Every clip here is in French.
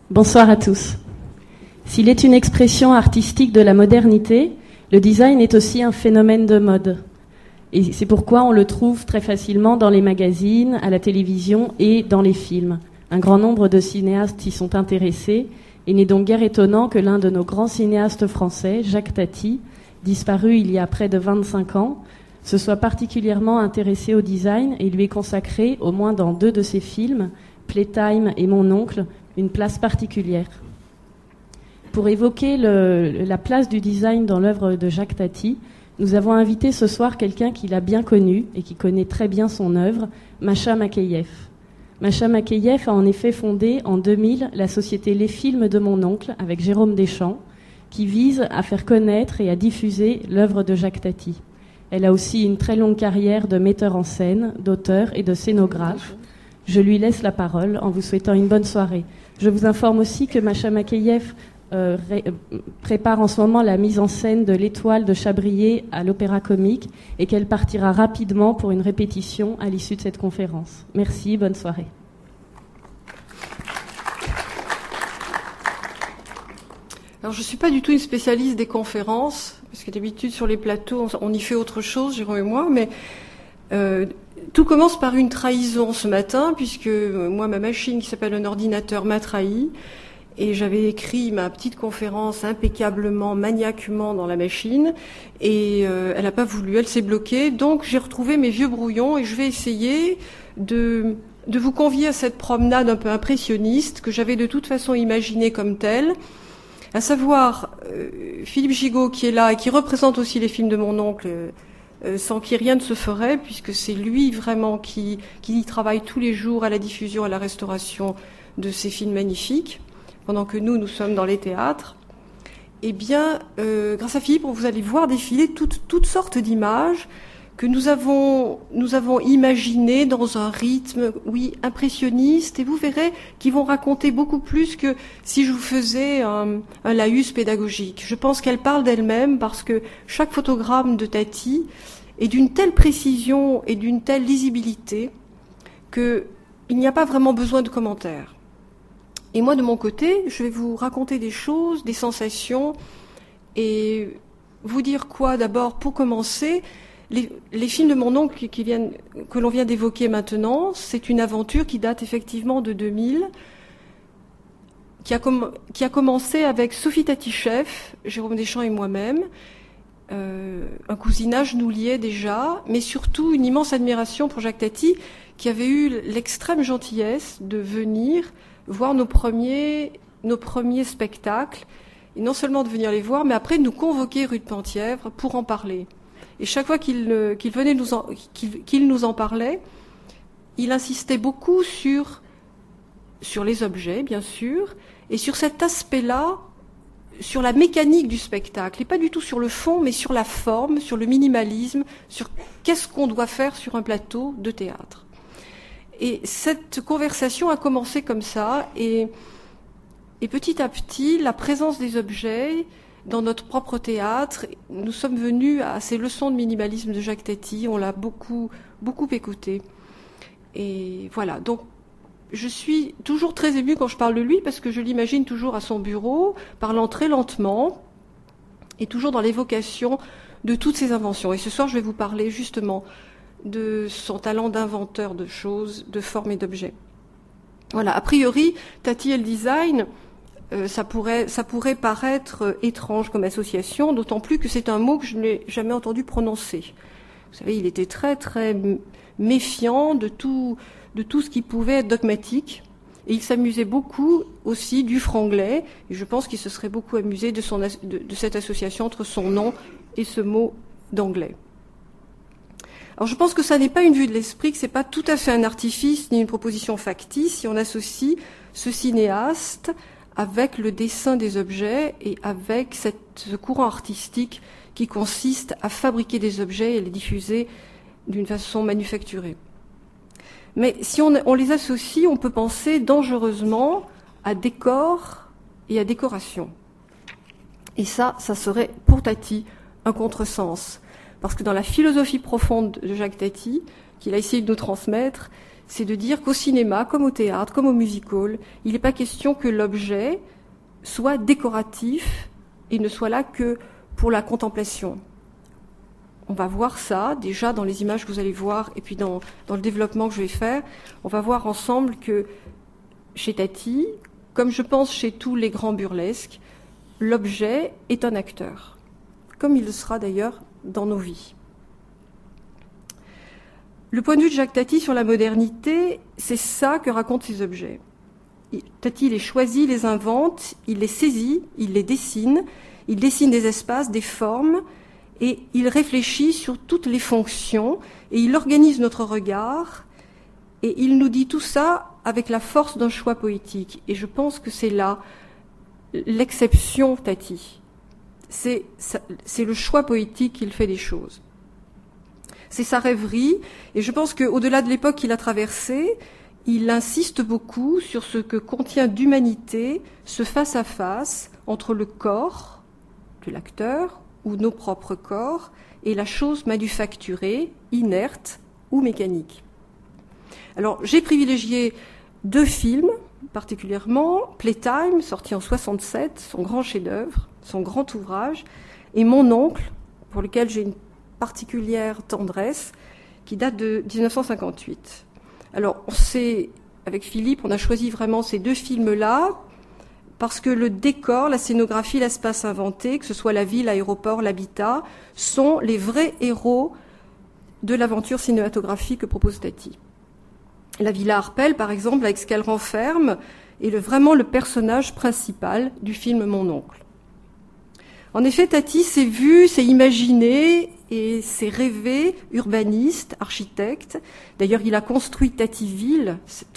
Bonsoir à tous. S'il est une expression artistique de la modernité, le design est aussi un phénomène de mode. Et c'est pourquoi on le trouve très facilement dans les magazines, à la télévision et dans les films. Un grand nombre de cinéastes y sont intéressés, et il n'est donc guère étonnant que l'un de nos grands cinéastes français, Jacques Tati, disparu il y a près de 25 ans, se soit particulièrement intéressé au design et lui ait consacré, au moins dans 2 de ses films, Playtime et Mon oncle, une place particulière. Pour évoquer la place du design dans l'œuvre de Jacques Tati, nous avons invité ce soir quelqu'un qui l'a bien connu et qui connaît très bien son œuvre, Masha Makeyef. Masha Makeyef a en effet fondé en 2000 la société Les Films de Mon oncle avec Jérôme Deschamps, qui vise à faire connaître et à diffuser l'œuvre de Jacques Tati. Elle a aussi une très longue carrière de metteur en scène, d'auteur et de scénographe. Je lui laisse la parole en vous souhaitant une bonne soirée. Je vous informe aussi que Masha Makeyef prépare en ce moment la mise en scène de l'Étoile de Chabrier à l'Opéra Comique et qu'elle partira rapidement pour une répétition à l'issue de cette conférence. Merci, bonne soirée. Alors je ne suis pas du tout une spécialiste des conférences, parce que d'habitude sur les plateaux on y fait autre chose, Jérôme et moi, mais tout commence par une trahison ce matin, puisque moi ma machine qui s'appelle un ordinateur m'a trahi, et j'avais écrit ma petite conférence impeccablement, maniaquement dans la machine, et elle n'a pas voulu, elle s'est bloquée, donc j'ai retrouvé mes vieux brouillons, et je vais essayer de vous convier à cette promenade un peu impressionniste, que j'avais de toute façon imaginée comme telle, à savoir Philippe Gigot qui est là et qui représente aussi les films de mon oncle, sans qui rien ne se ferait, puisque c'est lui vraiment qui y travaille tous les jours à la diffusion, à la restauration de ces films magnifiques, pendant que nous sommes dans les théâtres. Eh bien, grâce à Philippe, vous allez voir défiler toutes sortes d'images que nous avons imaginées dans un rythme, oui, impressionniste, et vous verrez qu'ils vont raconter beaucoup plus que si je vous faisais un laïus pédagogique. Je pense qu'elle parle d'elle-même parce que chaque photogramme de Tati est d'une telle précision et d'une telle lisibilité qu'il n'y a pas vraiment besoin de commentaires. Et moi, de mon côté, je vais vous raconter des choses, des sensations, et vous dire quoi d'abord pour commencer. Les films de mon oncle que l'on vient d'évoquer maintenant, c'est une aventure qui date effectivement de 2000, qui a commencé avec Sophie Tati-Chef, Jérôme Deschamps et moi-même. Un cousinage nous liait déjà, mais surtout une immense admiration pour Jacques Tati, qui avait eu l'extrême gentillesse de venir voir nos premiers spectacles, et non seulement de venir les voir, mais après de nous convoquer rue de Penthièvre pour en parler. Et chaque fois qu'il nous en parlait, il insistait beaucoup sur les objets, bien sûr, et sur cet aspect-là, sur la mécanique du spectacle, et pas du tout sur le fond, mais sur la forme, sur le minimalisme, sur qu'est-ce qu'on doit faire sur un plateau de théâtre. Et cette conversation a commencé comme ça, et petit à petit, la présence des objets dans notre propre théâtre, nous sommes venus à ces leçons de minimalisme de Jacques Tati, on l'a beaucoup, beaucoup écouté. Et voilà, donc je suis toujours très émue quand je parle de lui, parce que je l'imagine toujours à son bureau, parlant très lentement, et toujours dans l'évocation de toutes ses inventions. Et ce soir, je vais vous parler justement de son talent d'inventeur de choses, de formes et d'objets. Voilà, a priori, Tati et le design, ça pourrait paraître étrange comme association, d'autant plus que c'est un mot que je n'ai jamais entendu prononcer. Vous savez, il était très très méfiant de tout ce qui pouvait être dogmatique, et il s'amusait beaucoup aussi du franglais, et je pense qu'il se serait beaucoup amusé de cette association entre son nom et ce mot d'anglais. Alors je pense que ça n'est pas une vue de l'esprit, que c'est pas tout à fait un artifice ni une proposition factice si on associe ce cinéaste avec le dessin des objets et avec ce courant artistique qui consiste à fabriquer des objets et les diffuser d'une façon manufacturée. Mais si on les associe, on peut penser dangereusement à décor et à décoration. Et ça serait pour Tati un contresens. Parce que dans la philosophie profonde de Jacques Tati, qu'il a essayé de nous transmettre, c'est de dire qu'au cinéma, comme au théâtre, comme au music-hall, il n'est pas question que l'objet soit décoratif et ne soit là que pour la contemplation. On va voir ça, déjà dans les images que vous allez voir, et puis dans le développement que je vais faire, on va voir ensemble que chez Tati, comme je pense chez tous les grands burlesques, l'objet est un acteur, comme il le sera d'ailleurs dans nos vies. Le point de vue de Jacques Tati sur la modernité, c'est ça que racontent ces objets. Tati les choisit, les invente, il les saisit, il les dessine, il dessine des espaces, des formes, et il réfléchit sur toutes les fonctions, et il organise notre regard, et il nous dit tout ça avec la force d'un choix poétique. Et je pense que c'est là l'exception Tati. C'est le choix poétique qu'il fait des choses. C'est sa rêverie, et je pense qu'au-delà de l'époque qu'il a traversée, il insiste beaucoup sur ce que contient d'humanité ce face-à-face entre le corps de l'acteur ou nos propres corps et la chose manufacturée, inerte ou mécanique. Alors, j'ai privilégié 2 films, particulièrement Playtime, sorti en 67, son grand chef-d'œuvre, son grand ouvrage, et Mon oncle, pour lequel j'ai une particulière tendresse, qui date de 1958. Alors, avec Philippe, on a choisi vraiment ces 2 films-là, parce que le décor, la scénographie, l'espace inventé, que ce soit la ville, l'aéroport, l'habitat, sont les vrais héros de l'aventure cinématographique que propose Tati. La Villa Arpels, par exemple, avec ce qu'elle renferme, est vraiment le personnage principal du film Mon oncle. En effet, Tati s'est vu, s'est imaginé et s'est rêvé urbaniste, architecte. D'ailleurs, il a construit Tativille,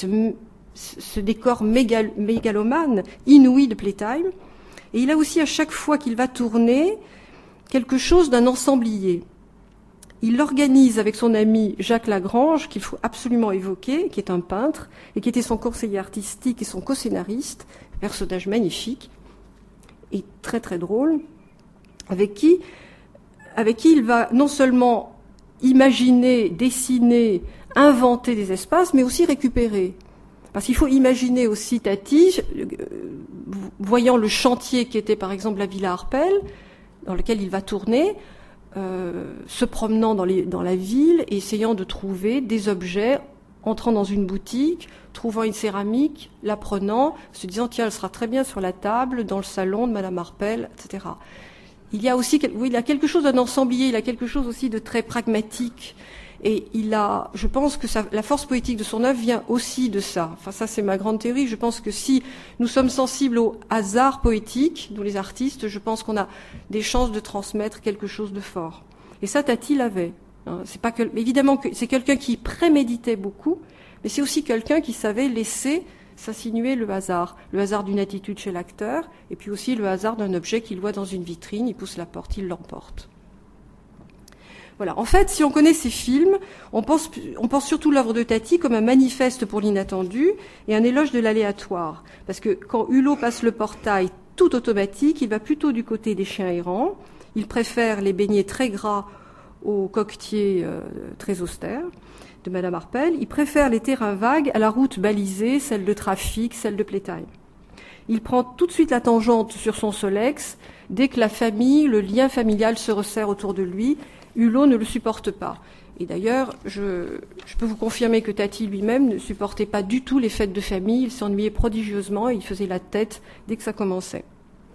ce décor mégalomane, inouï de Playtime. Et il a aussi, à chaque fois qu'il va tourner, quelque chose d'un ensemblier. Il l'organise avec son ami Jacques Lagrange, qu'il faut absolument évoquer, qui est un peintre, et qui était son conseiller artistique et son co-scénariste, personnage magnifique et très très drôle, avec qui il va non seulement imaginer, dessiner, inventer des espaces, mais aussi récupérer. Parce qu'il faut imaginer aussi Tati, voyant le chantier qui était par exemple la Villa Arpels, dans lequel il va tourner, se promenant dans la ville et essayant de trouver des objets, entrant dans une boutique, trouvant une céramique, la prenant, se disant tiens, elle sera très bien sur la table, dans le salon de Madame Arpels, etc. Il y a aussi, il a quelque chose d'un ensemblier, il a quelque chose aussi de très pragmatique. Et je pense que la force poétique de son œuvre vient aussi de ça. Enfin, ça, c'est ma grande théorie. Je pense que si nous sommes sensibles au hasard poétique, nous les artistes, je pense qu'on a des chances de transmettre quelque chose de fort. Et ça, Tati l'avait. C'est pas que, évidemment que c'est quelqu'un qui préméditait beaucoup, mais c'est aussi quelqu'un qui savait laisser s'insinuer le hasard d'une attitude chez l'acteur, et puis aussi le hasard d'un objet qu'il voit dans une vitrine, il pousse la porte, il l'emporte. Voilà. En fait, si on connaît ces films, on pense surtout l'œuvre de Tati comme un manifeste pour l'inattendu et un éloge de l'aléatoire. Parce que quand Hulot passe le portail tout automatique, il va plutôt du côté des chiens errants. Il préfère les beignets très gras aux coquetiers très austères de Madame Arpels. Il préfère les terrains vagues à la route balisée, celle de trafic, celle de Playtime. Il prend tout de suite la tangente sur son Solex dès que la famille, le lien familial se resserre autour de lui. Hulot ne le supporte pas. Et d'ailleurs, je peux vous confirmer que Tati lui-même ne supportait pas du tout les fêtes de famille. Il s'ennuyait prodigieusement et il faisait la tête dès que ça commençait.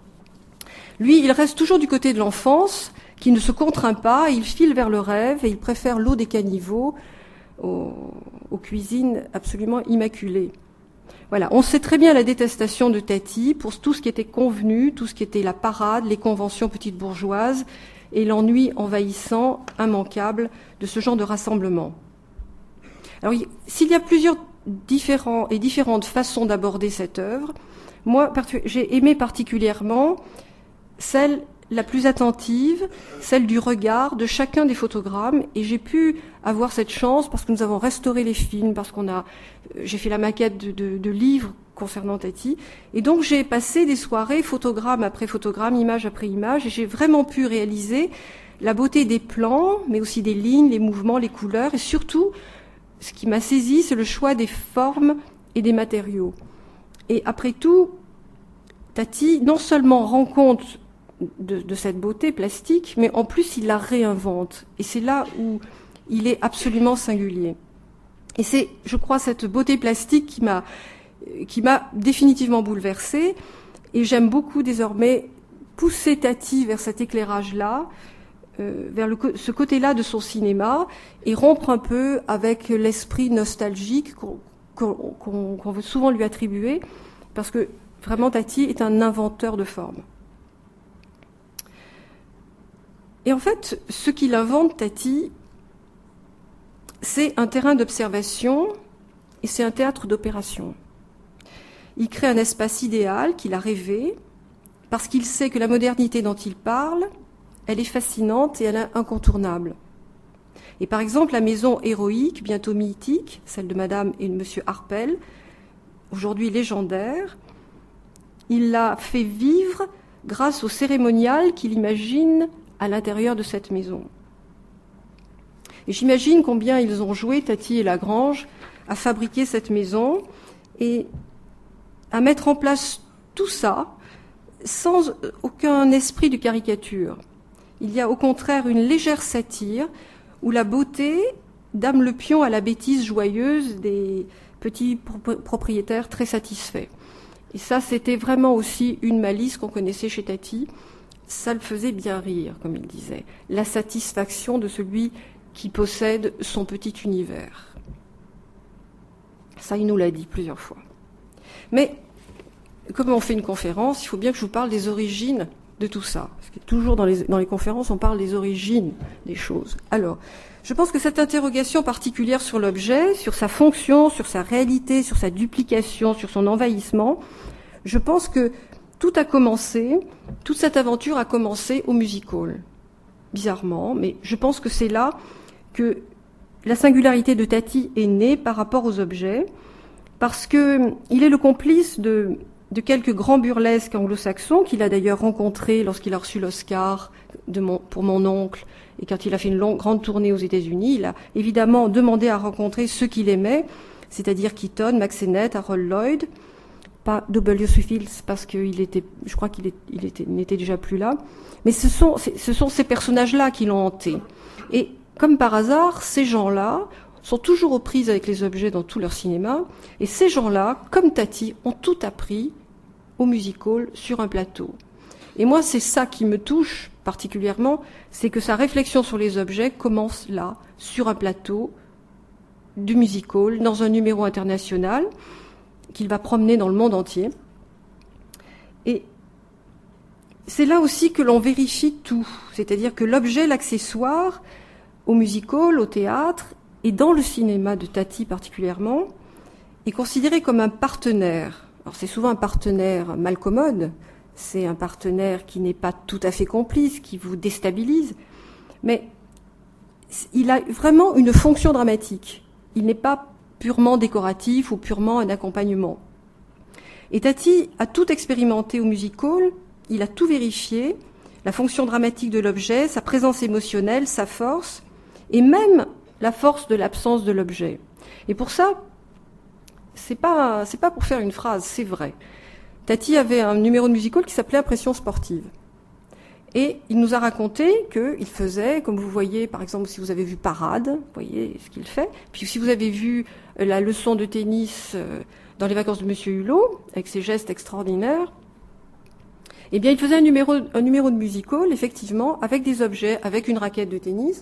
Lui, il reste toujours du côté de l'enfance, qui ne se contraint pas, il file vers le rêve et il préfère l'eau des caniveaux aux cuisines absolument immaculées. Voilà, on sait très bien la détestation de Tati pour tout ce qui était convenu, tout ce qui était la parade, les conventions petites bourgeoises, et l'ennui envahissant, immanquable, de ce genre de rassemblement. Alors, s'il y a plusieurs différentes façons d'aborder cette œuvre, moi, j'ai aimé particulièrement celle la plus attentive, celle du regard de chacun des photogrammes, et j'ai pu avoir cette chance parce que nous avons restauré les films, parce j'ai fait la maquette de livres concernant Tati, et donc j'ai passé des soirées photogramme après photogramme, image après image, et j'ai vraiment pu réaliser la beauté des plans, mais aussi des lignes, les mouvements, les couleurs, et surtout ce qui m'a saisi, c'est le choix des formes et des matériaux. Et après tout, Tati non seulement rend compte de cette beauté plastique, mais en plus il la réinvente. Et c'est là où il est absolument singulier. Et c'est, je crois, cette beauté plastique qui m'a définitivement bouleversée. Et j'aime beaucoup désormais pousser Tati vers cet éclairage-là, vers ce côté-là de son cinéma, et rompre un peu avec l'esprit nostalgique qu'on veut souvent lui attribuer, parce que vraiment Tati est un inventeur de formes. Et en fait, ce qu'il invente, Tati, c'est un terrain d'observation et c'est un théâtre d'opération. Il crée un espace idéal qu'il a rêvé, parce qu'il sait que la modernité dont il parle, elle est fascinante et elle est incontournable. Et par exemple, la maison héroïque, bientôt mythique, celle de Madame et de Monsieur Harpel, aujourd'hui légendaire, il l'a fait vivre grâce au cérémonial qu'il imagine à l'intérieur de cette maison. Et j'imagine combien ils ont joué, Tati et Lagrange, à fabriquer cette maison et à mettre en place tout ça sans aucun esprit de caricature. Il y a au contraire une légère satire où la beauté dame le pion à la bêtise joyeuse des petits propriétaires très satisfaits. Et ça, c'était vraiment aussi une malice qu'on connaissait chez Tati. Ça le faisait bien rire, comme il disait. La satisfaction de celui qui possède son petit univers. Ça, il nous l'a dit plusieurs fois. Mais, comme on fait une conférence, il faut bien que je vous parle des origines de tout ça. Parce que toujours dans les conférences, on parle des origines des choses. Alors, je pense que cette interrogation particulière sur l'objet, sur sa fonction, sur sa réalité, sur sa duplication, sur son envahissement, je pense que tout a commencé, toute cette aventure a commencé au music hall. Bizarrement, mais je pense que c'est là que la singularité de Tati est née par rapport aux objets, parce que il est le complice de quelques grands burlesques anglo-saxons qu'il a d'ailleurs rencontrés lorsqu'il a reçu l'Oscar pour Mon oncle, et quand il a fait une grande tournée aux États-Unis, il a évidemment demandé à rencontrer ceux qu'il aimait, c'est-à-dire Keaton, Mack Sennett, Harold Lloyd, pas W. Fields parce je crois qu'il n'était déjà plus là, mais ce sont ces personnages-là qui l'ont hanté. Et comme par hasard, ces gens-là sont toujours aux prises avec les objets dans tout leur cinéma, et ces gens-là, comme Tati, ont tout appris au music hall sur un plateau. Et moi, c'est ça qui me touche particulièrement, c'est que sa réflexion sur les objets commence là, sur un plateau du music hall, dans un numéro international qu'il va promener dans le monde entier. Et c'est là aussi que l'on vérifie tout, c'est-à-dire que l'objet, l'accessoire, au music hall, au théâtre, et dans le cinéma de Tati particulièrement, est considéré comme un partenaire. Alors c'est souvent un partenaire malcommode, c'est un partenaire qui n'est pas tout à fait complice, qui vous déstabilise, mais il a vraiment une fonction dramatique. Il n'est pas purement décoratif ou purement un accompagnement. Et Tati a tout expérimenté au music hall, il a tout vérifié, la fonction dramatique de l'objet, sa présence émotionnelle, sa force, et même la force de l'absence de l'objet. Et pour ça, c'est pas pour faire une phrase, c'est vrai. Tati avait un numéro de music hall qui s'appelait Impression sportive. Et il nous a raconté qu'il faisait, comme vous voyez, par exemple, si vous avez vu Parade, vous voyez ce qu'il fait. Puis si vous avez vu la leçon de tennis dans les vacances de Monsieur Hulot, avec ses gestes extraordinaires, eh bien, il faisait un numéro de music hall, effectivement, avec des objets, avec une raquette de tennis,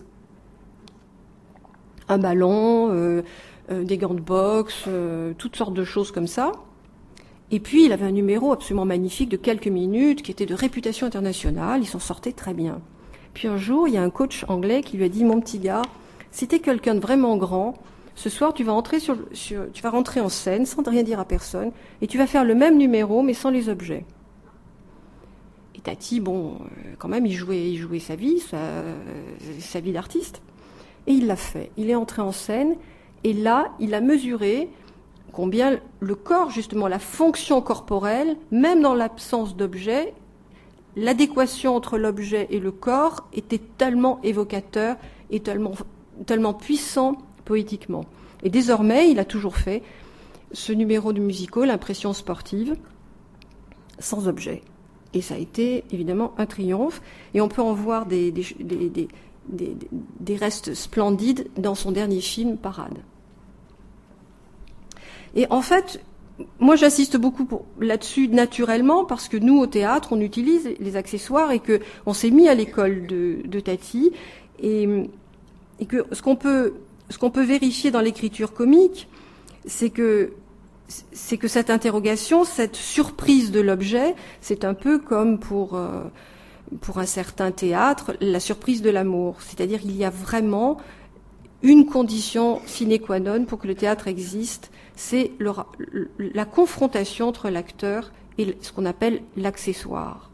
un ballon, des gants de boxe, toutes sortes de choses comme ça. Et puis, il avait un numéro absolument magnifique de quelques minutes qui était de réputation internationale. Il s'en sortait très bien. Puis un jour, il y a un coach anglais qui lui a dit « Mon petit gars, si t'es quelqu'un de vraiment grand, ce soir, tu vas rentrer en scène sans rien dire à personne et tu vas faire le même numéro mais sans les objets. » Et Tati, quand même, il jouait sa vie, sa vie d'artiste. Et il l'a fait. Il est entré en scène et là, il a mesuré combien le corps, justement, la fonction corporelle, même dans l'absence d'objet, l'adéquation entre l'objet et le corps était tellement évocateur et tellement puissant poétiquement. Et désormais, il a toujours fait ce numéro de musical, l'impression sportive, sans objet. Et ça a été évidemment un triomphe. Et on peut en voir des restes splendides dans son dernier film, Parade. Et en fait, moi j'insiste beaucoup là-dessus naturellement parce que nous au théâtre on utilise les accessoires et que on s'est mis à l'école de Tati et que ce qu'on peut vérifier dans l'écriture comique, c'est que cette interrogation, cette surprise de l'objet, c'est un peu comme pour un certain théâtre, la surprise de l'amour. C'est-à-dire il y a vraiment une condition sine qua non pour que le théâtre existe, c'est la confrontation entre l'acteur et ce qu'on appelle l'accessoire.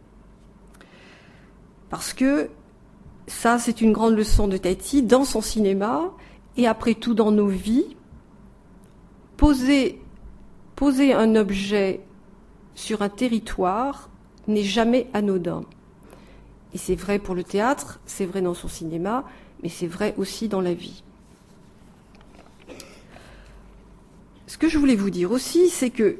Parce que ça, c'est une grande leçon de Tati dans son cinéma et après tout dans nos vies. Poser un objet sur un territoire n'est jamais anodin. Et c'est vrai pour le théâtre, c'est vrai dans son cinéma, mais c'est vrai aussi dans la vie. Ce que je voulais vous dire aussi, c'est que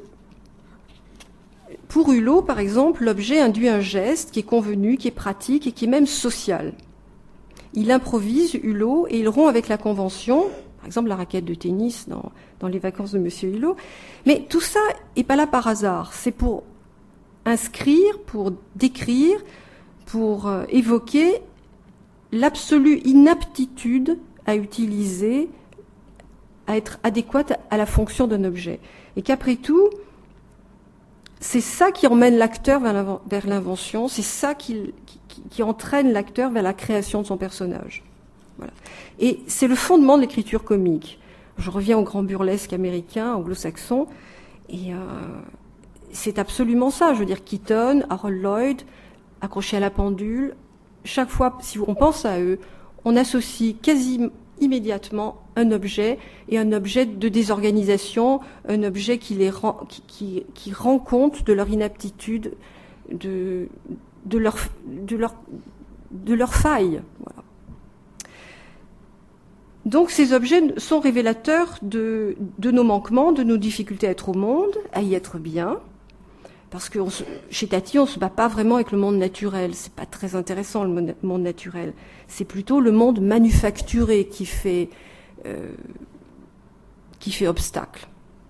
pour Hulot, par exemple, l'objet induit un geste qui est convenu, qui est pratique et qui est même social. Il improvise, Hulot, et il rompt avec la convention, par exemple la raquette de tennis dans Les Vacances de Monsieur Hulot. Mais tout ça n'est pas là par hasard. C'est pour inscrire, pour décrire, pour évoquer l'absolue inaptitude à utiliser, à être adéquate à la fonction d'un objet. Et qu'après tout, c'est ça qui emmène l'acteur vers l'invention, c'est ça qui entraîne l'acteur vers la création de son personnage. Voilà. Et c'est le fondement de l'écriture comique. Je reviens au grand burlesque américain, anglo-saxon, et c'est absolument ça. Je veux dire, Keaton, Harold Lloyd, accroché à la pendule, chaque fois, si on pense à eux, on associe quasi immédiatement un objet et un objet de désorganisation, un objet qui rend compte de leur inaptitude, de leur faille. Voilà. Donc ces objets sont révélateurs de nos manquements, de nos difficultés à être au monde, à y être bien. Parce que chez Tati, on ne se bat pas vraiment avec le monde naturel. C'est pas très intéressant, le monde naturel. C'est plutôt le monde manufacturé qui fait obstacle.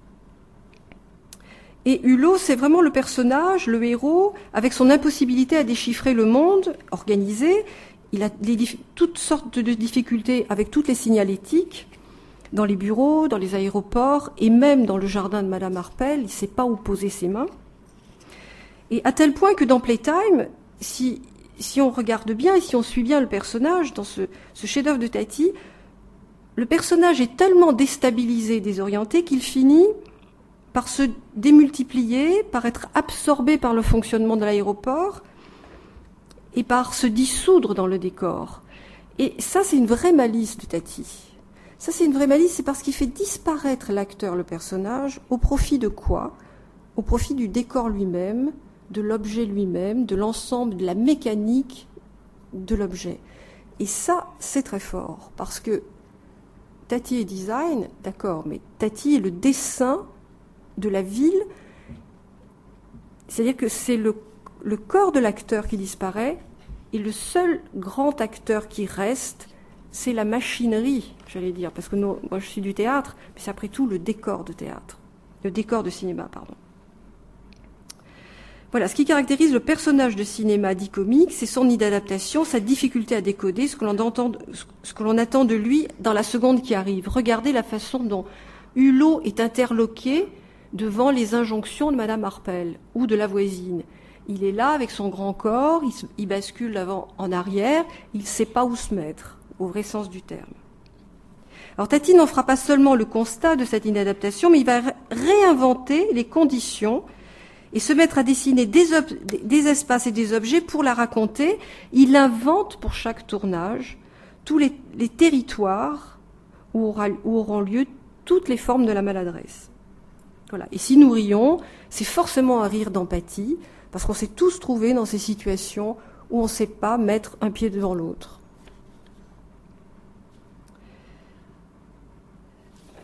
Et Hulot, c'est vraiment le personnage, le héros, avec son impossibilité à déchiffrer le monde organisé. Il a toutes sortes de difficultés avec toutes les signalétiques, dans les bureaux, dans les aéroports, et même dans le jardin de Madame Harpel, il ne sait pas où poser ses mains. Et à tel point que dans Playtime, si on regarde bien et si on suit bien le personnage dans ce chef-d'œuvre de Tati, le personnage est tellement déstabilisé, désorienté, qu'il finit par se démultiplier, par être absorbé par le fonctionnement de l'aéroport et par se dissoudre dans le décor. Et ça, c'est une vraie malice de Tati. Ça, c'est une vraie malice, c'est parce qu'il fait disparaître l'acteur, le personnage, au profit de quoi ? Au profit du décor lui-même, de l'objet lui-même, de l'ensemble, de la mécanique de l'objet. Et ça, c'est très fort, parce que Tati est design, d'accord, mais Tati est le dessin de la ville, c'est-à-dire que c'est le corps de l'acteur qui disparaît, et le seul grand acteur qui reste, c'est la machinerie, j'allais dire, parce que moi je suis du théâtre, mais c'est après tout le décor de théâtre, le décor de cinéma, pardon. Voilà, ce qui caractérise le personnage de cinéma dit comique, c'est son inadaptation, sa difficulté à décoder ce que l'on attend de lui dans la seconde qui arrive. Regardez la façon dont Hulot est interloqué devant les injonctions de Madame Harpel ou de la voisine. Il est là avec son grand corps, il bascule d'avant en arrière, il ne sait pas où se mettre, au vrai sens du terme. Alors Tati n'en fera pas seulement le constat de cette inadaptation, mais il va réinventer les conditions et se mettre à dessiner des espaces et des objets pour la raconter. Il invente pour chaque tournage tous les territoires où auront lieu toutes les formes de la maladresse. Voilà. Et si nous rions, c'est forcément un rire d'empathie, parce qu'on s'est tous trouvés dans ces situations où on ne sait pas mettre un pied devant l'autre.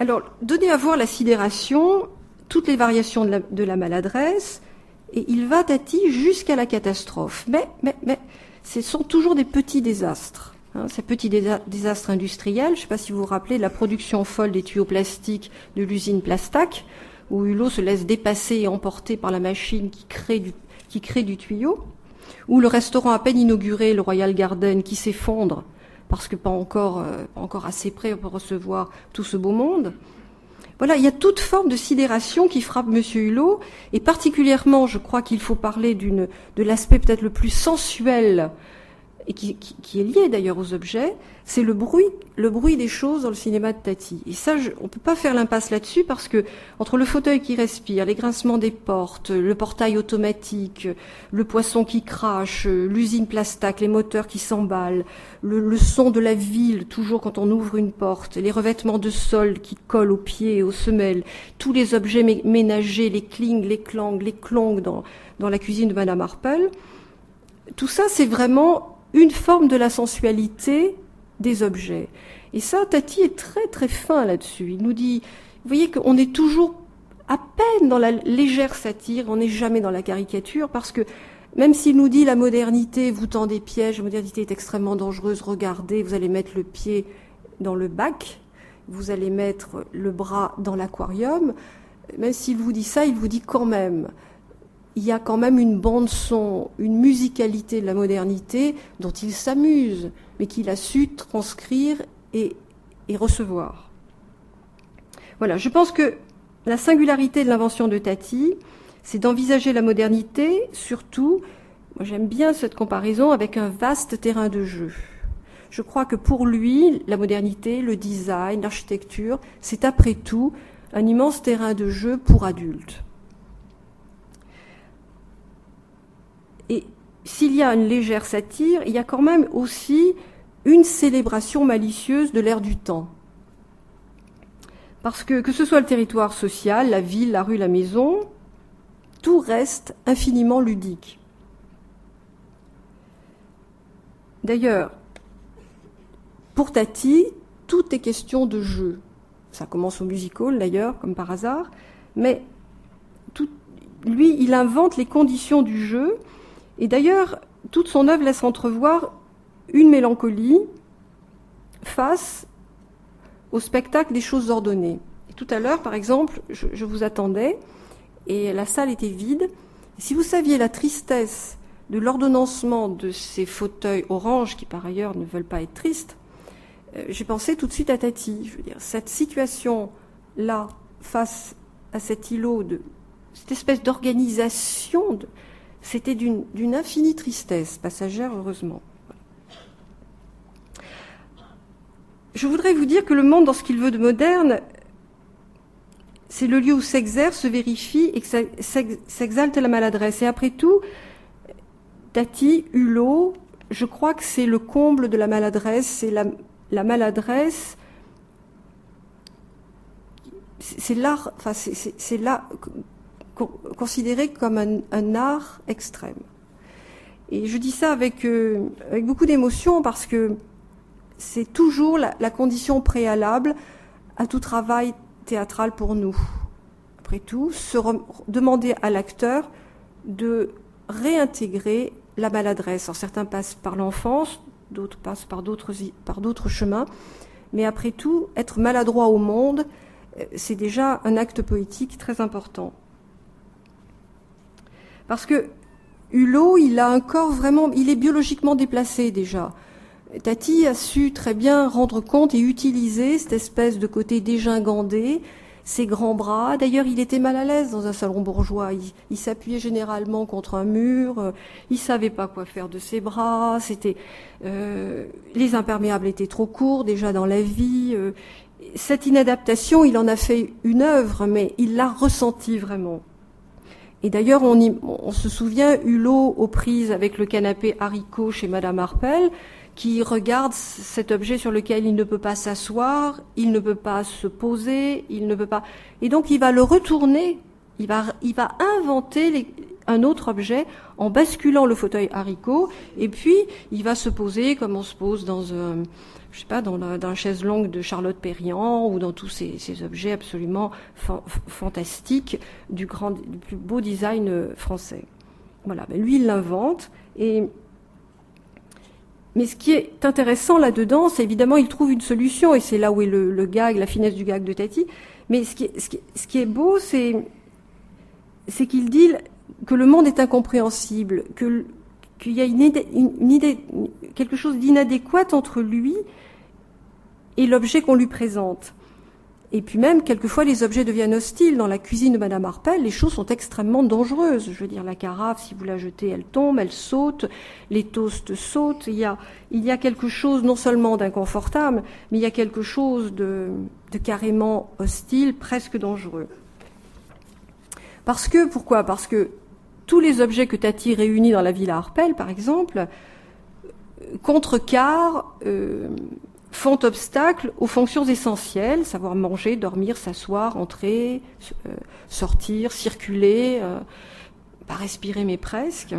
Alors, donner à voir la sidération, toutes les variations de la maladresse, et il va, Tati, jusqu'à la catastrophe. Mais, ce sont toujours des petits désastres. Ces petits désastres industriels, je ne sais pas si vous vous rappelez de la production folle des tuyaux plastiques de l'usine Plastac, où Hulot se laisse dépasser et emporter par la machine qui crée du tuyau, ou le restaurant à peine inauguré, le Royal Garden, qui s'effondre parce que pas encore assez prêt pour recevoir tout ce beau monde. Voilà, il y a toute forme de sidération qui frappe Monsieur Hulot, et particulièrement, je crois qu'il faut parler de l'aspect peut-être le plus sensuel, et qui est lié d'ailleurs aux objets, c'est le bruit des choses dans le cinéma de Tati. Et ça, on peut pas faire l'impasse là-dessus, parce que entre le fauteuil qui respire, les grincements des portes, le portail automatique, le poisson qui crache, l'usine Plastac, les moteurs qui s'emballent, le son de la ville, toujours quand on ouvre une porte, les revêtements de sol qui collent aux pieds et aux semelles, tous les objets ménagers, les klings, les clangs, les clongs dans la cuisine de Madame Marple, tout ça, c'est vraiment une forme de la sensualité des objets. Et ça, Tati est très très fin là-dessus. Il nous dit, vous voyez qu'on est toujours à peine dans la légère satire, on n'est jamais dans la caricature, parce que même s'il nous dit la modernité vous tend des pièges, la modernité est extrêmement dangereuse, regardez, vous allez mettre le pied dans le bac, vous allez mettre le bras dans l'aquarium, même s'il vous dit ça, il vous dit quand même, il y a quand même une bande-son, une musicalité de la modernité dont il s'amuse, mais qu'il a su transcrire et recevoir. Voilà, je pense que la singularité de l'invention de Tati, c'est d'envisager la modernité, surtout, moi j'aime bien cette comparaison, avec un vaste terrain de jeu. Je crois que pour lui, la modernité, le design, l'architecture, c'est après tout un immense terrain de jeu pour adultes. Et s'il y a une légère satire, il y a quand même aussi une célébration malicieuse de l'ère du temps. Parce que ce soit le territoire social, la ville, la rue, la maison, tout reste infiniment ludique. D'ailleurs, pour Tati, tout est question de jeu. Ça commence au music-hall d'ailleurs, comme par hasard, mais lui, il invente les conditions du jeu. Et d'ailleurs, toute son œuvre laisse entrevoir une mélancolie face au spectacle des choses ordonnées. Et tout à l'heure, par exemple, je vous attendais, et la salle était vide. Si vous saviez la tristesse de l'ordonnancement de ces fauteuils orange, qui par ailleurs ne veulent pas être tristes, j'ai pensé tout de suite à Tati. Je veux dire, cette situation-là, face à cet îlot, cette espèce d'organisation, c'était d'une infinie tristesse, passagère heureusement. Je voudrais vous dire que le monde, dans ce qu'il veut de moderne, c'est le lieu où s'exerce, se vérifie et que s'exalte la maladresse. Et après tout, Tati, Hulot, je crois que c'est le comble de la maladresse, c'est la maladresse, c'est l'art, enfin c'est là considéré comme un art extrême. Et je dis ça avec beaucoup d'émotion parce que c'est toujours la condition préalable à tout travail théâtral pour nous. Après tout, demander à l'acteur de réintégrer la maladresse. Alors, certains passent par l'enfance, d'autres passent par d'autres chemins, mais après tout, être maladroit au monde, c'est déjà un acte poétique très important. Parce que Hulot, il a un corps vraiment, il est biologiquement déplacé déjà. Tati a su très bien rendre compte et utiliser cette espèce de côté dégingandé, ses grands bras. D'ailleurs, il était mal à l'aise dans un salon bourgeois. Il s'appuyait généralement contre un mur. Il savait pas quoi faire de ses bras. Les imperméables étaient trop courts déjà dans la vie. Cette inadaptation, il en a fait une œuvre, mais il l'a ressentie vraiment. Et d'ailleurs, on se souvient, Hulot aux prises avec le canapé haricot chez Madame Marple, qui regarde cet objet sur lequel il ne peut pas s'asseoir, il ne peut pas se poser, il ne peut pas... Et donc, il va le retourner, il va inventer un autre objet en basculant le fauteuil haricot, et puis il va se poser comme on se pose dans dans la chaise longue de Charlotte Perriand, ou dans tous ces objets absolument fantastiques du plus beau design français. Voilà, ben lui il l'invente, mais ce qui est intéressant là-dedans, c'est évidemment il trouve une solution, et c'est là où est le gag, la finesse du gag de Tati. Mais ce qui est beau, c'est qu'il dit que le monde est incompréhensible, qu'il y a une idée, quelque chose d'inadéquat entre lui et l'objet qu'on lui présente. Et puis même, quelquefois, les objets deviennent hostiles. Dans la cuisine de Madame Harpel, les choses sont extrêmement dangereuses. Je veux dire, la carafe, si vous la jetez, elle tombe, elle saute, les toasts sautent. Il y a quelque chose non seulement d'inconfortable, mais il y a quelque chose de carrément hostile, presque dangereux. Pourquoi ? Parce que tous les objets que Tati réunit dans la Villa Harpel, par exemple, contrecarrent, font obstacle aux fonctions essentielles, savoir manger, dormir, s'asseoir, entrer, sortir, circuler, pas respirer mais presque.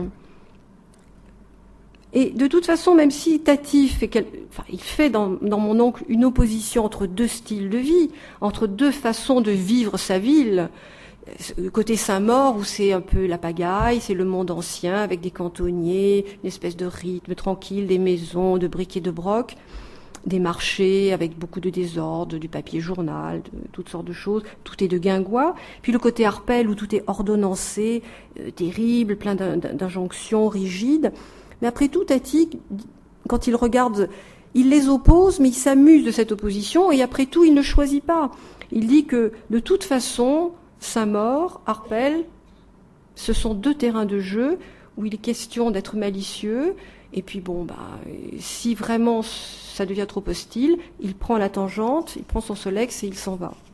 Et de toute façon, même si Tati il fait dans Mon oncle une opposition entre deux styles de vie, entre deux façons de vivre sa ville, côté Saint-Maur où c'est un peu la pagaille, c'est le monde ancien avec des cantonniers, une espèce de rythme tranquille, des maisons de briques et de broc, des marchés avec beaucoup de désordre, du papier journal, de toutes sortes de choses, tout est de guingois. Puis le côté Harpel où tout est ordonnancé, terrible, plein d'injonctions rigides. Mais après tout, Tati, quand il regarde, il les oppose, mais il s'amuse de cette opposition, et après tout, il ne choisit pas. Il dit que de toute façon, Saint-Maur, Harpel, ce sont deux terrains de jeu où il est question d'être malicieux. Et puis si vraiment ça devient trop hostile, il prend la tangente, il prend son Solex et il s'en va.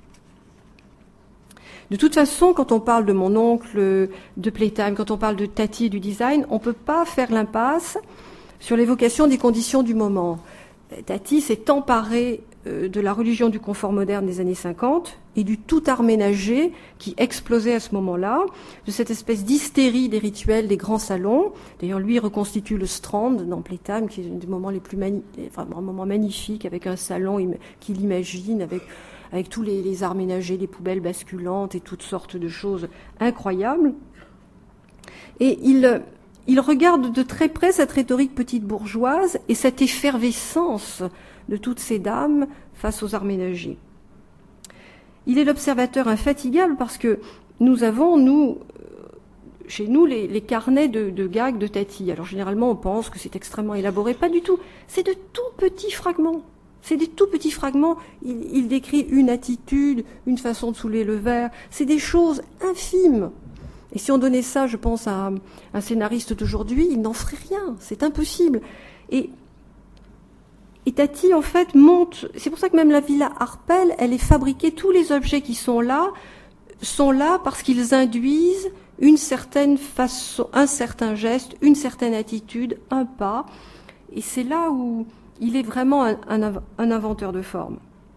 De toute façon, quand on parle de Mon oncle, de Playtime, quand on parle de Tati et du design, on ne peut pas faire l'impasse sur l'évocation des conditions du moment. Tati s'est emparée de la religion du confort moderne des années 50 et du tout art ménager qui explosait à ce moment-là, de cette espèce d'hystérie des rituels des grands salons. D'ailleurs, lui reconstitue le Strand dans Playtime, qui est un des moments les plus un moment magnifique, avec un salon qu'il imagine, avec tous les arts ménagers, les poubelles basculantes et toutes sortes de choses incroyables. Et il regarde de très près cette rhétorique petite bourgeoise et cette effervescence de toutes ces dames face aux arts ménagers. Il est l'observateur infatigable parce que nous avons, chez nous, les carnets de gags de Tati. Alors généralement, on pense que c'est extrêmement élaboré. Pas du tout. C'est de tout petits fragments. C'est des tout petits fragments. Il décrit une attitude, une façon de soulever le verre. C'est des choses infimes. Et si on donnait ça, je pense, à un scénariste d'aujourd'hui, il n'en ferait rien. C'est impossible. Et Tati, en fait, monte... C'est pour ça que même la Villa Harpel, elle est fabriquée. Tous les objets qui sont là parce qu'ils induisent une certaine façon, un certain geste, une certaine attitude, un pas. Et c'est là où il est vraiment un inventeur de forme.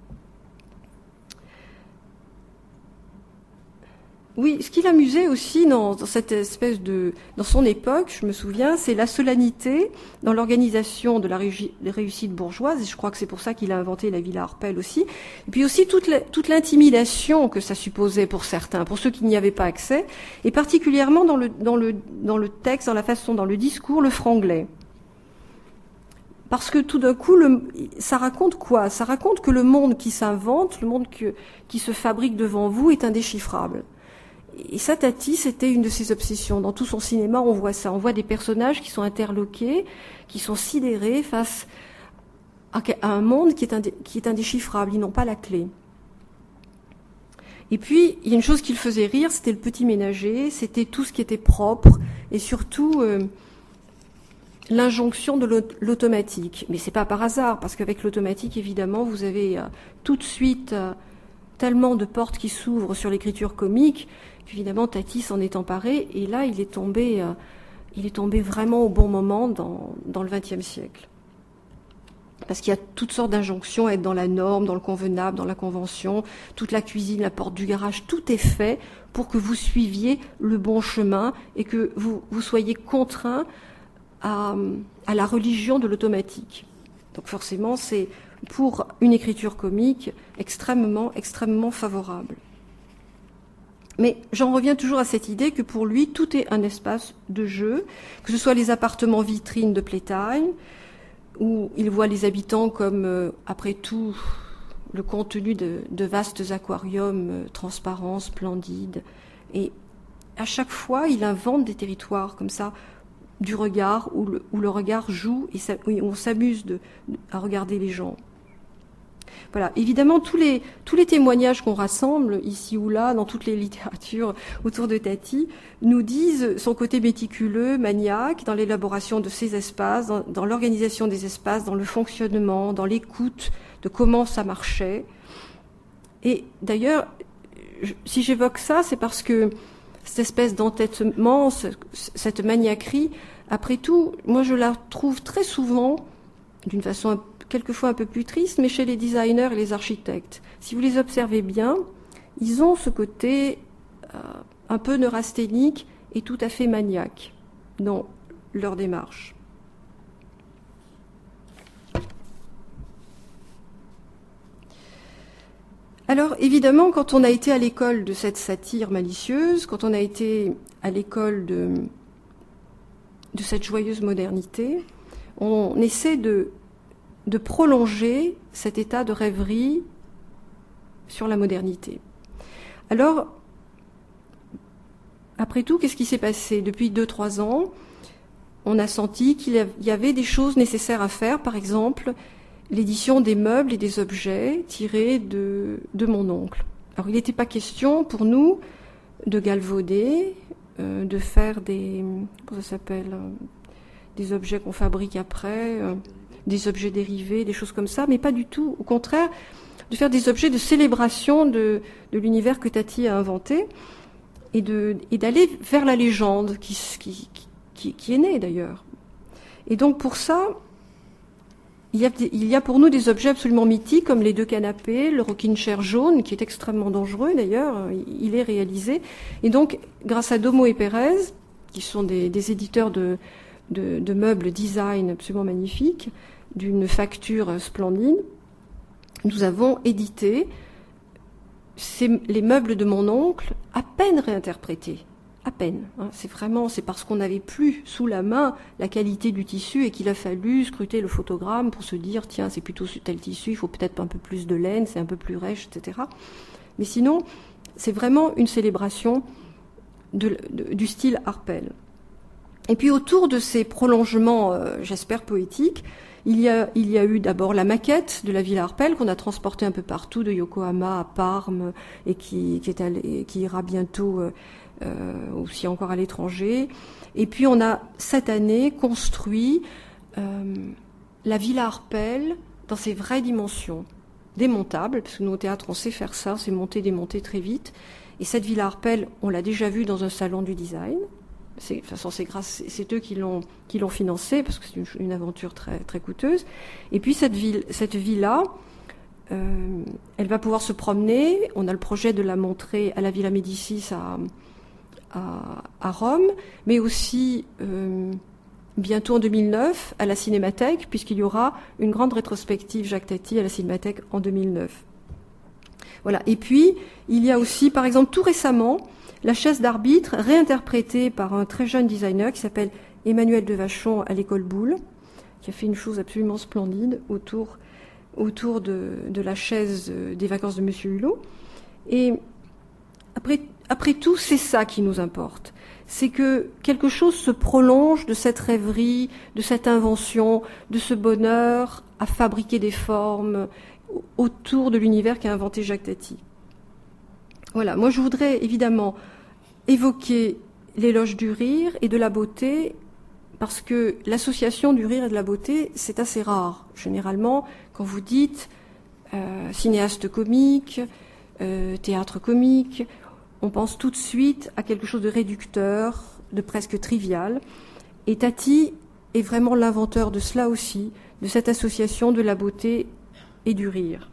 Oui, ce qui l'amusait aussi dans cette espèce dans son époque, je me souviens, c'est la solennité dans l'organisation de la réussite bourgeoise, et je crois que c'est pour ça qu'il a inventé la Villa Harpel aussi, et puis aussi toute l'intimidation que ça supposait pour certains, pour ceux qui n'y avaient pas accès, et particulièrement dans le texte, dans la façon, dans le discours, le franglais. Parce que tout d'un coup, ça raconte quoi ? Ça raconte que le monde qui s'invente, le monde qui se fabrique devant vous est indéchiffrable. Et ça, Tati, c'était une de ses obsessions. Dans tout son cinéma, on voit ça. On voit des personnages qui sont interloqués, qui sont sidérés face à un monde qui est indéchiffrable. Ils n'ont pas la clé. Et puis, il y a une chose qui le faisait rire, c'était le petit ménager, c'était tout ce qui était propre, et surtout l'injonction de l'automatique. Mais c'est pas par hasard, parce qu'avec l'automatique, évidemment, vous avez tout de suite tellement de portes qui s'ouvrent sur l'écriture comique. Évidemment, Tati s'en est emparé, et là, il est tombé vraiment au bon moment dans le XXe siècle. parce qu'il y a toutes sortes d'injonctions à être dans la norme, dans le convenable, dans la convention. Toute la cuisine, la porte du garage, tout est fait pour que vous suiviez le bon chemin et que vous soyez contraint à la religion de l'automatique. Donc forcément, c'est pour une écriture comique extrêmement, extrêmement favorable. Mais j'en reviens toujours à cette idée que pour lui, tout est un espace de jeu, que ce soit les appartements vitrines de Playtime, où il voit les habitants comme, après tout, le contenu de vastes aquariums transparents, splendides. Et à chaque fois, il invente des territoires comme ça, du regard, où le regard joue et où on s'amuse à regarder les gens. Voilà. Évidemment, tous les témoignages qu'on rassemble ici ou là, dans toutes les littératures autour de Tati, nous disent son côté méticuleux, maniaque, dans l'élaboration de ces espaces, dans l'organisation des espaces, dans le fonctionnement, dans l'écoute de comment ça marchait. Et d'ailleurs, si j'évoque ça, c'est parce que cette espèce d'entêtement, cette maniaquerie, après tout, moi je la trouve très souvent, d'une façon quelquefois un peu plus triste, mais chez les designers et les architectes. Si vous les observez bien, ils ont ce côté un peu neurasthénique et tout à fait maniaque dans leur démarche. Alors évidemment, quand on a été à l'école de cette satire malicieuse, quand on a été à l'école de cette joyeuse modernité, on essaie de prolonger cet état de rêverie sur la modernité. Alors, après tout, qu'est-ce qui s'est passé ? Depuis 2-3 ans, on a senti qu'il y avait des choses nécessaires à faire, par exemple l'édition des meubles et des objets tirés de mon oncle. Alors, il n'était pas question pour nous de galvauder, de faire des objets qu'on fabrique après, des objets dérivés, des choses comme ça, mais pas du tout. Au contraire, de faire des objets de célébration de l'univers que Tati a inventé et d'aller vers la légende qui est née d'ailleurs. Et donc pour ça, il y a pour nous des objets absolument mythiques comme les 2 canapés, le rocking chair jaune qui est extrêmement dangereux d'ailleurs, il est réalisé. Et donc grâce à Domo et Pérez, qui sont des éditeurs de meubles design absolument magnifiques, d'une facture splendide, nous avons édité les meubles de mon oncle à peine réinterprétés. À peine. C'est parce qu'on n'avait plus sous la main la qualité du tissu et qu'il a fallu scruter le photogramme pour se dire tiens, c'est plutôt tel tissu, il faut peut-être un peu plus de laine, c'est un peu plus rêche, etc. Mais sinon, c'est vraiment une célébration du style Harpel. Et puis autour de ces prolongements, j'espère poétiques, il y a eu d'abord la maquette de la Villa Harpel qu'on a transportée un peu partout, de Yokohama à Parme, et qui ira bientôt aussi encore à l'étranger. Et puis on a cette année construit la Villa Harpel dans ses vraies dimensions, démontable, parce que nous au théâtre on sait faire ça, c'est monter, démonter très vite. Et cette Villa Harpel, on l'a déjà vue dans un salon du design. De toute façon, c'est eux qui l'ont financé parce que c'est une aventure très très coûteuse. Et puis cette villa, elle va pouvoir se promener. On a le projet de la montrer à la Villa Médicis à Rome, mais aussi bientôt en 2009 à la Cinémathèque, puisqu'il y aura une grande rétrospective Jacques Tati à la Cinémathèque en 2009. Voilà. Et puis il y a aussi, par exemple, tout récemment, la chaise d'arbitre, réinterprétée par un très jeune designer qui s'appelle Emmanuel Devachon à l'école Boulle, qui a fait une chose absolument splendide autour de la chaise des vacances de Monsieur Hulot. Et après tout, c'est ça qui nous importe. C'est que quelque chose se prolonge de cette rêverie, de cette invention, de ce bonheur à fabriquer des formes autour de l'univers qu'a inventé Jacques Tati. Voilà, moi je voudrais évidemment évoquer l'éloge du rire et de la beauté, parce que l'association du rire et de la beauté, c'est assez rare. Généralement, quand vous dites cinéaste comique, théâtre comique, on pense tout de suite à quelque chose de réducteur, de presque trivial. Et Tati est vraiment l'inventeur de cela aussi, de cette association de la beauté et du rire.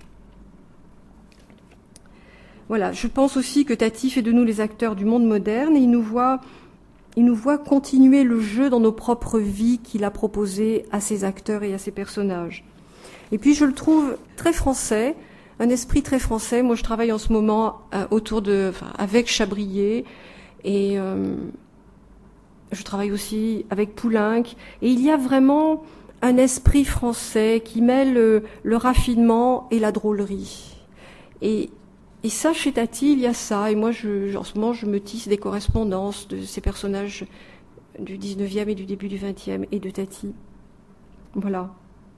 Voilà, je pense aussi que Tati fait de nous les acteurs du monde moderne et il nous voit continuer le jeu dans nos propres vies qu'il a proposé à ses acteurs et à ses personnages. Et puis je le trouve très français, un esprit très français. Moi je travaille en ce moment avec Chabrier et je travaille aussi avec Poulenc. Et il y a vraiment un esprit français qui mêle le raffinement et la drôlerie. Et ça, chez Tati, il y a ça. Et moi, en ce moment, je me tisse des correspondances de ces personnages du 19e et du début du 20e et de Tati. Voilà.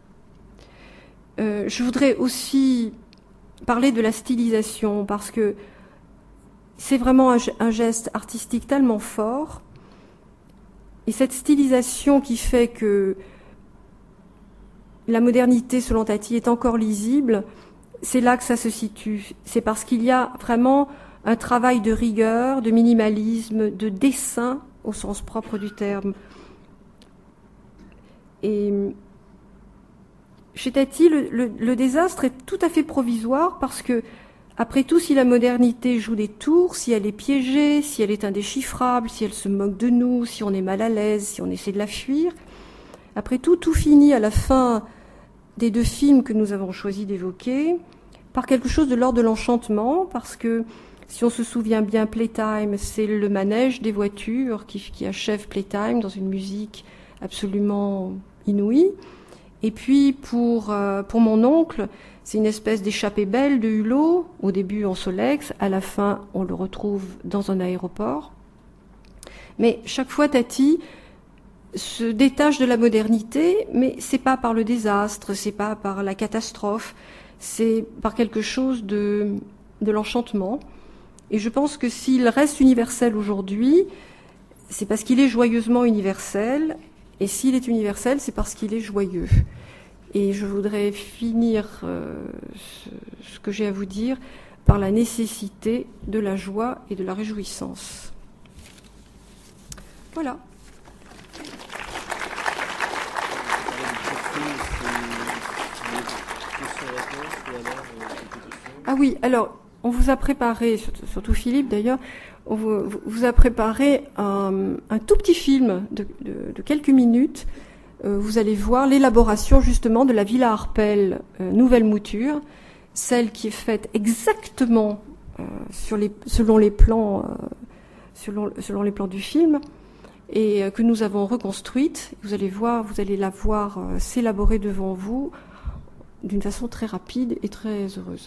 Je voudrais aussi parler de la stylisation parce que c'est vraiment un geste artistique tellement fort. Et cette stylisation qui fait que la modernité, selon Tati, est encore lisible, c'est là que ça se situe. C'est parce qu'il y a vraiment un travail de rigueur, de minimalisme, de dessin au sens propre du terme. Et chez Tati, le désastre est tout à fait provisoire parce que, après tout, si la modernité joue des tours, si elle est piégée, si elle est indéchiffrable, si elle se moque de nous, si on est mal à l'aise, si on essaie de la fuir, après tout, tout finit à la fin des deux films que nous avons choisi d'évoquer par quelque chose de l'ordre de l'enchantement, parce que si on se souvient bien, Playtime, c'est le manège des voitures qui achève Playtime dans une musique absolument inouïe. Et puis pour mon oncle, c'est une espèce d'échappée belle de Hulot, au début en Solex, à la fin on le retrouve dans un aéroport. Mais chaque fois Tati se détache de la modernité, mais c'est pas par le désastre, c'est pas par la catastrophe, c'est par quelque chose de l'enchantement. Et je pense que s'il reste universel aujourd'hui, c'est parce qu'il est joyeusement universel, et s'il est universel, c'est parce qu'il est joyeux. Et je voudrais finir ce que j'ai à vous dire par la nécessité de la joie et de la réjouissance. Voilà. Ah oui, alors, on vous a préparé, surtout Philippe d'ailleurs, on vous a préparé un tout petit film de quelques minutes. Vous allez voir l'élaboration justement de la Villa Harpel nouvelle mouture, celle qui est faite exactement selon les plans du film et que nous avons reconstruite. Vous allez la voir s'élaborer devant vous d'une façon très rapide et très heureuse.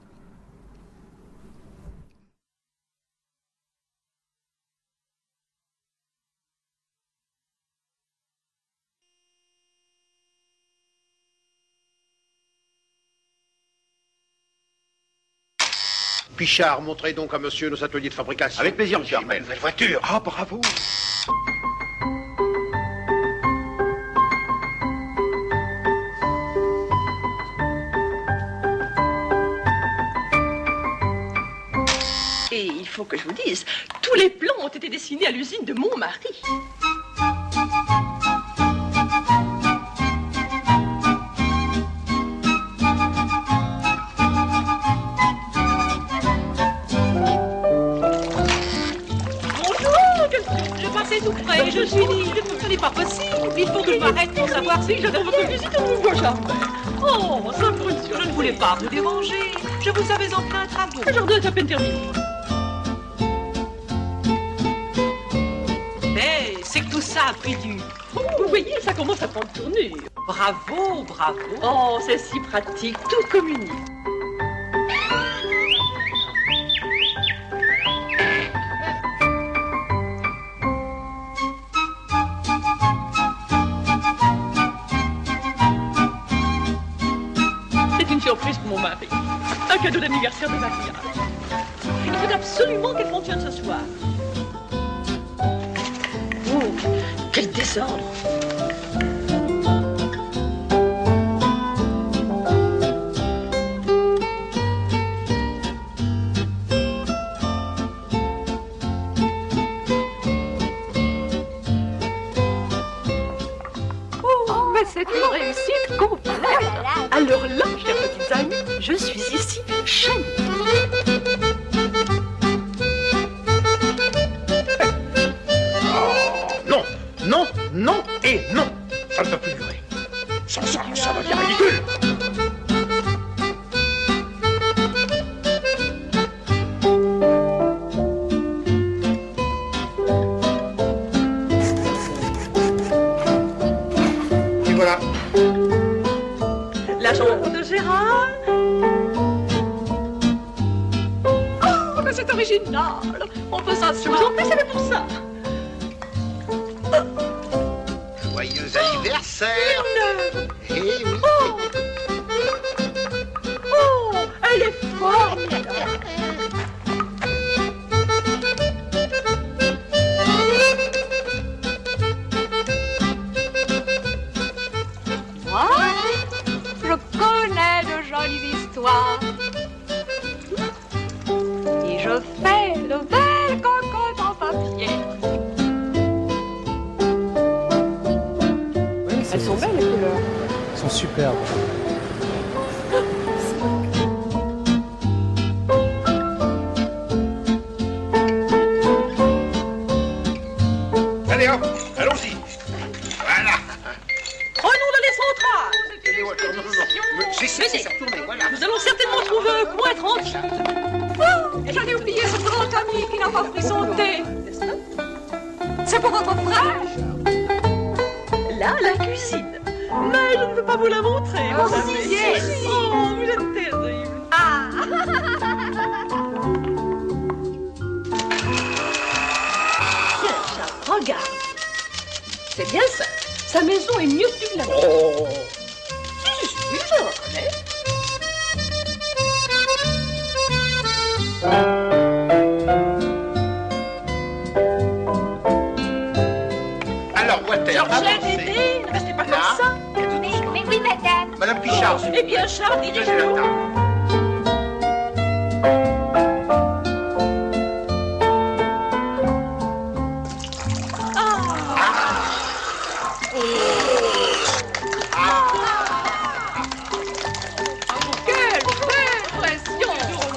Pichard, montrez donc à monsieur nos ateliers de fabrication. Avec plaisir, monsieur Harpel. Nouvelle voiture. Ah, bravo. Et il faut que je vous dise, tous les plans ont été dessinés à l'usine de mon mari. Tout près, je suis libre. Ce n'est pas possible. Il faut que je m'arrête pour savoir si je donne votre visite ou vous vois jamais. Oh, ça brûle sur. Je ne voulais pas vous déranger. Je vous avais en plein travaux. Le jardin est à peine terminé. Mais c'est que tout ça a pris du... Vous voyez, ça commence à prendre tournure. Bravo, bravo. Oh, c'est si pratique, tout communique. Surprise pour mon mari. Un cadeau d'anniversaire de mariage. Il faut absolument qu'elle fonctionne ce soir. Oh, quel désordre! c'est une réussite complète. Alors là, chers petites amies, je suis ici chez nous. Non, non, non et non. Ça ne peut plus durer. Ça devient ridicule. Et voilà. La chambre de Gérard. Oh, mais c'est original. On peut s'asseoir. En plus, c'est pour ça. Joyeux anniversaire. Eh oui. Oh, oh, elle est forte. Moi, je connais de jolies histoires. Et je fais de belles cocottes en papier. Elles sont belles, les couleurs. Elles sont superbes. Allez hop, allons-y. Voilà. Prenons de l'excentrage. Et les voitures, non. Mais c'est ça, tournez, voilà. Nous allons certainement trouver un coin tranquille. Oh, et j'avais oublié ce grand ami qui n'a pas pris son thé. C'est pour votre frère. Là, la cuisine. Mais je ne peux pas vous la montrer. Oh, vous savez. si, yes. Oh, vous êtes terrible. Ah. Tiens, Charles, regarde. C'est bien ça. Sa maison est mieux que tu l'as. Oh. Si, je le reconnais. Alors, Walter, Georgette, avancez. aidez, ne restez pas comme Là. ça. Mais oui, madame. Madame Pichard, Eh bien, Charles, dégagez la dirigez-nous. table. Quelle belle pression.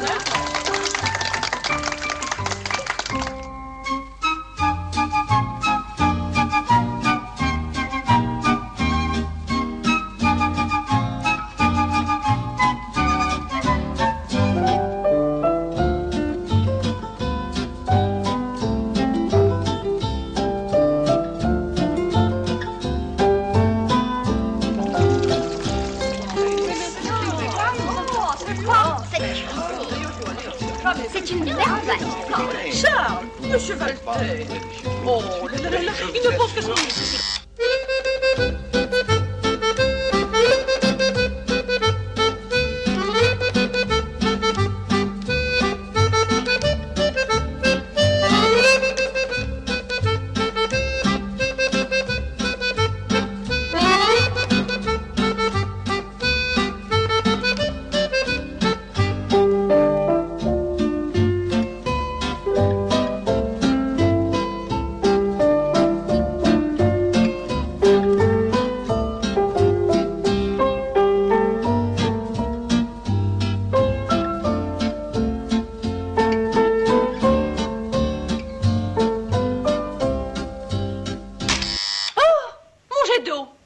C'est une merveille. Charles, monsieur Walter. Oh là là là là, il ne pense qu'à son musique. D'eau.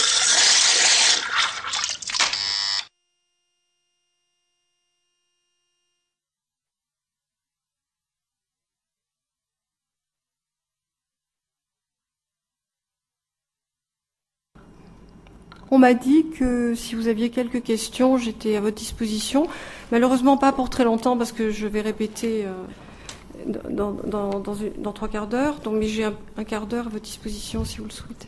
On m'a dit que si vous aviez quelques questions, j'étais à votre disposition. Malheureusement pas pour très longtemps parce que je vais répéter dans 3 quarts d'heure. Donc, mais j'ai un quart d'heure à votre disposition si vous le souhaitez.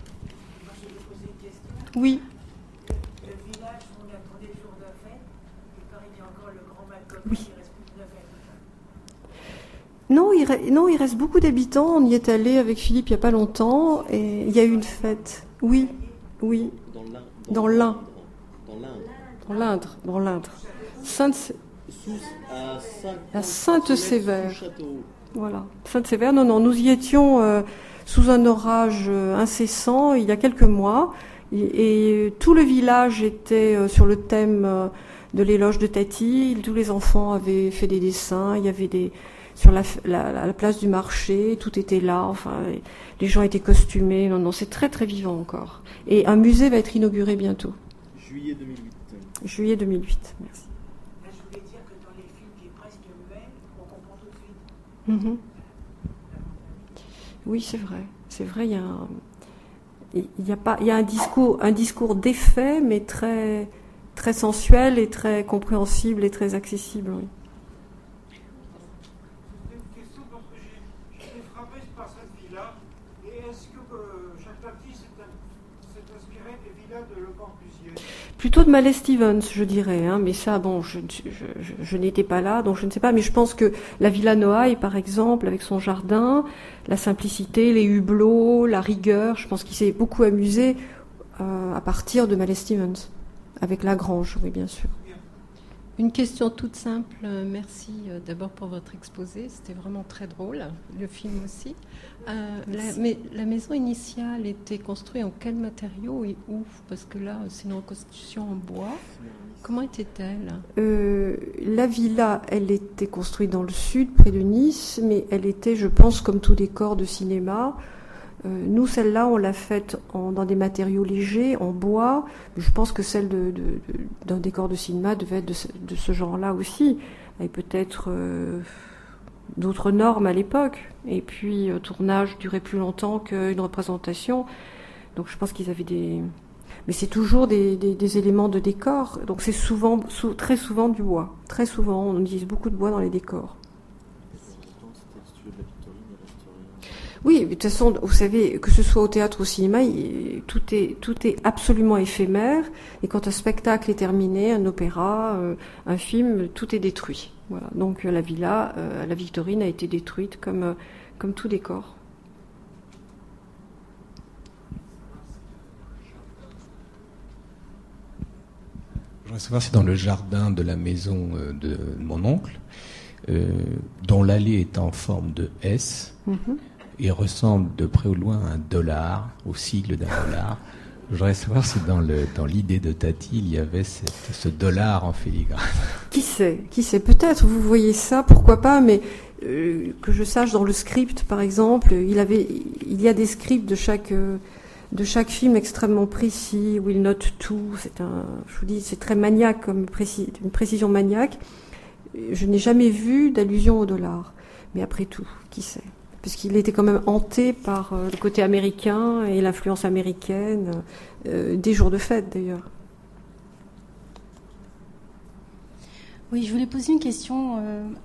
Oui. Le village, on attendait le jour de la fête, et quand il y a encore le grand balcon, Oui. il reste plus de fête. Non, il reste beaucoup d'habitants. On y est allé avec Philippe il n'y a pas longtemps et il y a eu une fête. Oui, oui. Dans l'Ain. Dans l'Indre. À Sainte-Sévère. Voilà. Sainte-Sévère. Non, nous y étions sous un orage incessant il y a quelques mois. Et tout le village était sur le thème de l'éloge de Tati. Tous les enfants avaient fait des dessins. Il y avait sur la place du marché, tout était là. Enfin, les gens étaient costumés. Non, c'est très très vivant encore. Et un musée va être inauguré bientôt. Juillet 2008. Juillet 2008, merci. Là, je voulais dire que dans les films qui est presque muet, on comprend tout de suite. Mhm. Oui, c'est vrai. C'est vrai, il y a un discours d'effet, mais très, très sensuel et très compréhensible et très accessible. Oui. C'est une question parce que j'ai été frappé par cette villa. Et est-ce que Jacques Tati s'est inspiré des villas de Le Corbusier? Plutôt de Mallet Stevens, je dirais, hein, mais ça, bon, je n'étais pas là, donc je ne sais pas, mais je pense que la Villa Noailles, par exemple, avec son jardin, la simplicité, les hublots, la rigueur, je pense qu'il s'est beaucoup amusé à partir de Mallet Stevens, avec Lagrange, oui, bien sûr. Une question toute simple. Merci d'abord pour votre exposé. C'était vraiment très drôle. Le film aussi. Mais la maison initiale était construite en quel matériau et où? Parce que là, c'est une reconstitution en bois. Comment était-elle? La villa, elle était construite dans le sud, près de Nice, mais elle était, je pense, comme tout décor de cinéma. Nous, celle-là, on l'a faite dans des matériaux légers, en bois. Je pense que celle d'un décor de cinéma devait être de ce genre-là aussi, avec peut-être d'autres normes à l'époque. Et puis, le tournage durait plus longtemps qu'une représentation. Donc, je pense qu'ils avaient des... Mais c'est toujours des éléments de décor. Donc, c'est très souvent du bois. Très souvent, on utilise beaucoup de bois dans les décors. Oui, de toute façon, vous savez, que ce soit au théâtre ou au cinéma, tout est absolument éphémère. Et quand un spectacle est terminé, un opéra, un film, tout est détruit. Voilà. Donc la villa, la Victorine, a été détruite comme tout décor. Je voudrais savoir si dans le jardin de la maison de mon oncle, dont l'allée est en forme de S, et ressemble de près ou loin à un dollar, au sigle d'un dollar. Je voudrais savoir si dans l'idée de Tati, il y avait ce dollar en filigrane. Qui sait peut-être vous voyez ça, pourquoi pas, mais que je sache, dans le script, par exemple, il y a des scripts de chaque film extrêmement précis, où il note tout. Je vous dis, c'est très maniaque, une précision maniaque. Je n'ai jamais vu d'allusion au dollar. Mais après tout, qui sait? Puisqu'il était quand même hanté par le côté américain et l'influence américaine, des jours de fête d'ailleurs. Oui, je voulais poser une question.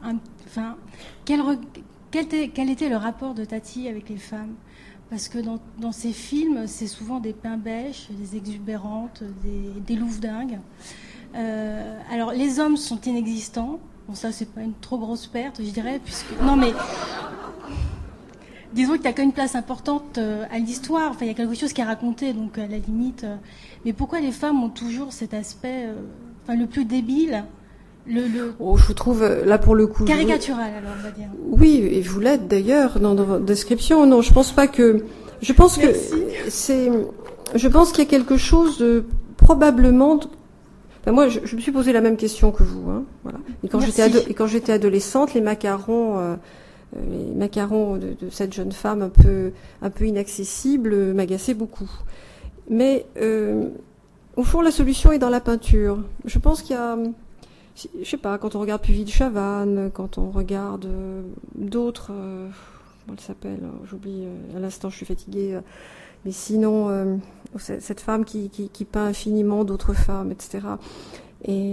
Quel était le rapport de Tati avec les femmes? Parce que dans ces films, c'est souvent des pains bêches, des exubérantes, des louves-dingues. Alors, les hommes sont inexistants. Bon, ça, c'est pas une trop grosse perte, je dirais, puisque... Non, mais... Disons qu'il n'y a qu'une place importante à l'histoire. Enfin, il y a quelque chose qui est raconté, donc à la limite. Mais pourquoi les femmes ont toujours cet aspect, le plus débile, Oh, je vous trouve là pour le coup caricatural, alors on va dire. Oui, et vous l'êtes d'ailleurs dans votre description. Non, je pense pas que. Je pense qu'il y a quelque chose de probablement. Enfin, moi, je me suis posé la même question que vous. Hein, voilà. Et quand j'étais adolescente, les macarons de cette jeune femme un peu inaccessible m'agaçaient beaucoup. Mais au fond, la solution est dans la peinture. Je pense qu'il y a, je sais pas, quand on regarde Puvis de Chavannes, quand on regarde d'autres, comment elle s'appelle, j'oublie à l'instant, je suis fatiguée, mais sinon cette femme qui peint infiniment d'autres femmes, etc. Et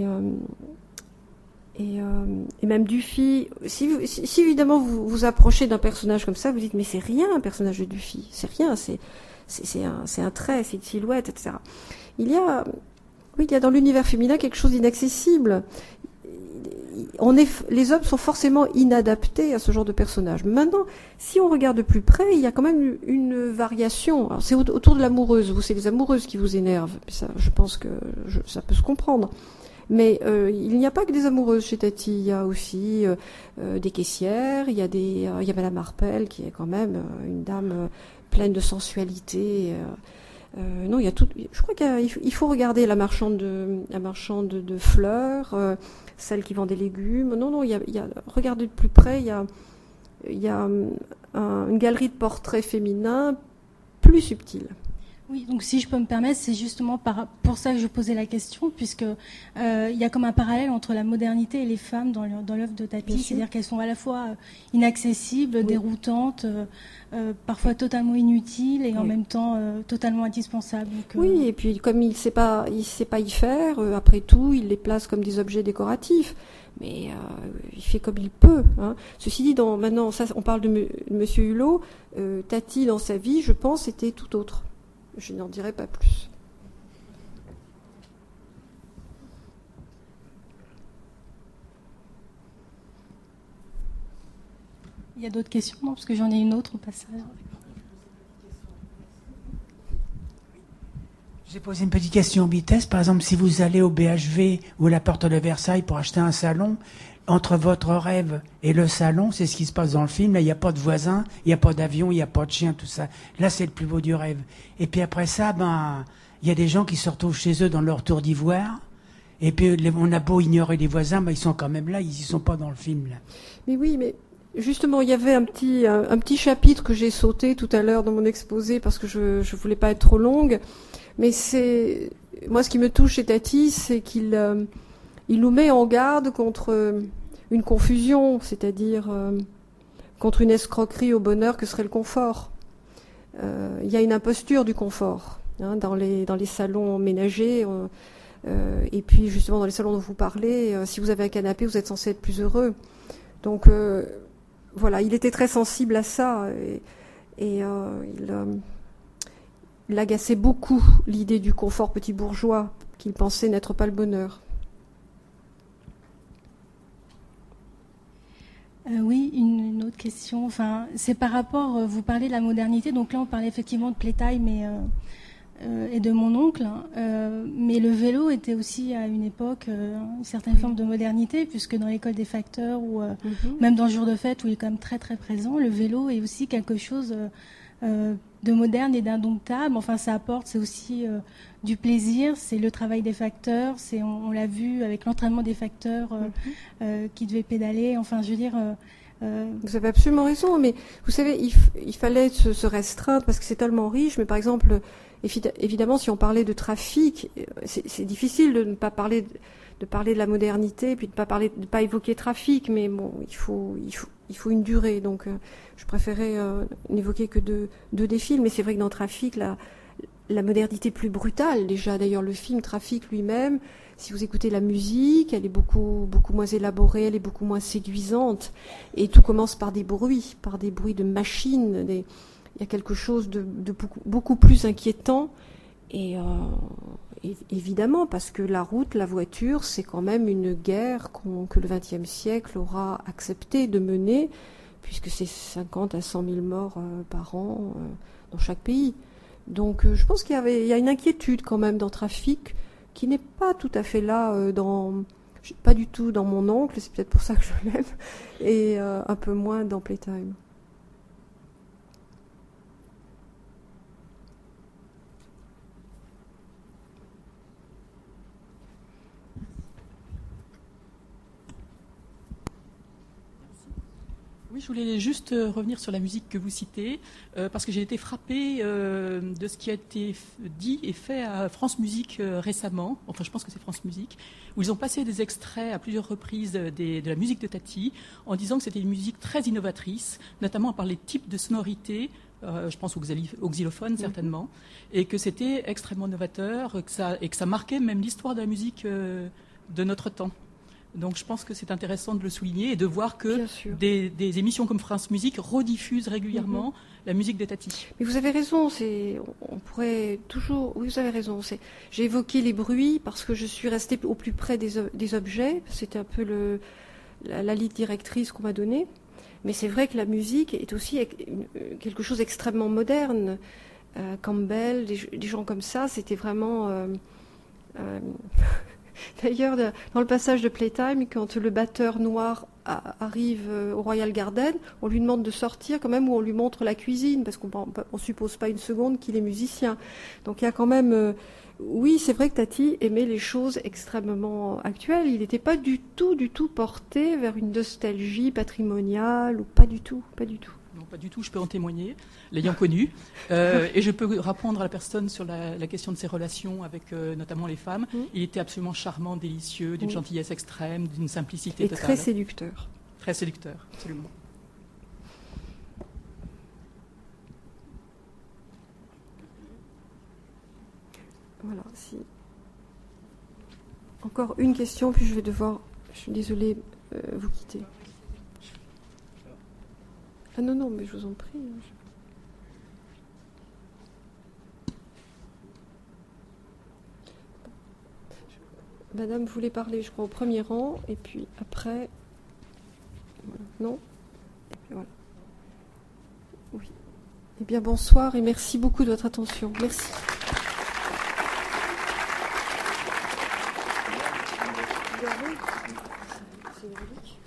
même Dufy, si évidemment vous approchez d'un personnage comme ça, vous dites mais c'est rien un personnage de Dufy, c'est rien, c'est un trait, c'est une silhouette, etc. Il y a dans l'univers féminin quelque chose d'inaccessible. Les hommes sont forcément inadaptés à ce genre de personnage. Maintenant, si on regarde de plus près, il y a quand même une variation. Alors, c'est autour de l'amoureuse. C'est les amoureuses qui vous énervent. Ça, je pense que ça peut se comprendre. Mais il n'y a pas que des amoureuses chez Tati. Il y a aussi des caissières. Il y a Madame Harpel qui est quand même une dame pleine de sensualité. Non, il y a tout. Je crois qu'il faut regarder la marchande de fleurs, celle qui vend des légumes. Non, regardez de plus près. Il y a une galerie de portraits féminins plus subtile. Oui, donc si je peux me permettre, c'est justement pour ça que je posais la question, puisque il y a comme un parallèle entre la modernité et les femmes dans l'œuvre de Tati, c'est-à-dire qu'elles sont à la fois inaccessibles, déroutantes, parfois totalement inutiles et en même temps totalement indispensables. Donc, oui, et puis comme il sait pas y faire, après tout, il les place comme des objets décoratifs. Mais il fait comme il peut. Hein. Ceci dit, maintenant, ça, on parle de Monsieur Hulot. Tati, dans sa vie, je pense, était tout autre. Je n'en dirai pas plus. Il y a d'autres questions, non? Parce que j'en ai une autre au passage. J'ai posé une petite question en vitesse. Par exemple, si vous allez au BHV ou à la Porte de Versailles pour acheter un salon, entre votre rêve et le salon, c'est ce qui se passe dans le film. Là, il n'y a pas de voisins, il n'y a pas d'avion, il n'y a pas de chien, tout ça. Là, c'est le plus beau du rêve. Et puis après ça, il y a des gens qui se retrouvent chez eux dans leur tour d'ivoire. Et puis, on a beau ignorer les voisins, ils sont quand même là, ils n'y sont pas dans le film, là. Mais oui, mais justement, il y avait un petit chapitre que j'ai sauté tout à l'heure dans mon exposé parce que je voulais pas être trop longue. Mais moi, ce qui me touche chez Tati, c'est qu'il nous met en garde contre une confusion, c'est-à-dire contre une escroquerie au bonheur que serait le confort. Il y a une imposture du confort dans les salons ménagers. Et puis, justement, dans les salons dont vous parlez, si vous avez un canapé, vous êtes censé être plus heureux. Donc, voilà, il était très sensible à ça. Et il agaçait beaucoup l'idée du confort petit bourgeois, qu'il pensait n'être pas le bonheur. Oui, une autre question. Enfin, c'est par rapport, vous parlez de la modernité, donc là on parlait effectivement de Playtime et de mon oncle, mais le vélo était aussi à une époque une certaine forme de modernité, puisque dans l'école des facteurs ou même dans le jour de fête où il est quand même très très présent, le vélo est aussi quelque chose de moderne et d'indomptable. Enfin, ça apporte, c'est aussi du plaisir, c'est le travail des facteurs, on l'a vu avec l'entraînement des facteurs qui devaient pédaler. Enfin, je veux dire. Vous avez absolument raison, mais vous savez, il fallait se restreindre parce que c'est tellement riche. Mais par exemple, évidemment, si on parlait de trafic, c'est difficile de ne pas parler de la modernité, puis de pas évoquer trafic. Mais bon, il faut une durée. Donc, je préférais n'évoquer que deux des films. Mais c'est vrai que dans Trafic, la modernité plus brutale, déjà d'ailleurs le film Trafic lui-même, si vous écoutez la musique, elle est beaucoup, beaucoup moins élaborée, elle est beaucoup moins séduisante. Et tout commence par des bruits de machines. Il y a quelque chose de beaucoup plus inquiétant. Et évidemment, parce que la route, la voiture, c'est quand même une guerre que le XXe siècle aura accepté de mener, puisque c'est 50 à 100 000 morts par an dans chaque pays. Donc je pense qu'il y a une inquiétude quand même dans Trafic qui n'est pas tout à fait là pas du tout dans mon oncle, c'est peut-être pour ça que je l'aime, et un peu moins dans Playtime. Oui, je voulais juste revenir sur la musique que vous citez, parce que j'ai été frappée de ce qui a été dit et fait à France Musique récemment, enfin je pense que c'est France Musique, où ils ont passé des extraits à plusieurs reprises de la musique de Tati, en disant que c'était une musique très innovatrice, notamment par les types de sonorités, je pense aux xylophones certainement, et que c'était extrêmement novateur, et que ça marquait même l'histoire de la musique de notre temps. Donc je pense que c'est intéressant de le souligner et de voir que des émissions comme France Musique rediffusent régulièrement la musique de Tati. Mais vous avez raison, on pourrait toujours... Oui, vous avez raison. J'ai évoqué les bruits parce que je suis restée au plus près des objets. C'était un peu la ligne directrice qu'on m'a donnée. Mais c'est vrai que la musique est aussi quelque chose d'extrêmement moderne. Campbell, des gens comme ça, c'était vraiment... D'ailleurs, dans le passage de Playtime, quand le batteur noir arrive au Royal Garden, on lui demande de sortir quand même, ou on lui montre la cuisine, parce qu'on suppose pas une seconde qu'il est musicien. Donc il y a quand même... oui, c'est vrai que Tati aimait les choses extrêmement actuelles. Il n'était pas du tout porté vers une nostalgie patrimoniale, ou pas du tout. Non, pas du tout, je peux en témoigner, l'ayant connu. Et je peux répondre à la personne sur la question de ses relations avec notamment les femmes. Il était absolument charmant, délicieux, d'une gentillesse extrême, d'une simplicité et totale. Très séducteur. Très séducteur, absolument. Voilà, si. Encore une question, puis je vais devoir, je suis désolée, vous quitter. Ah non, mais je vous en prie. Madame voulait parler, je crois, au premier rang, et puis après... Voilà. Non ? Et puis voilà. Oui. Eh bien, bonsoir, et merci beaucoup de votre attention. Merci. C'est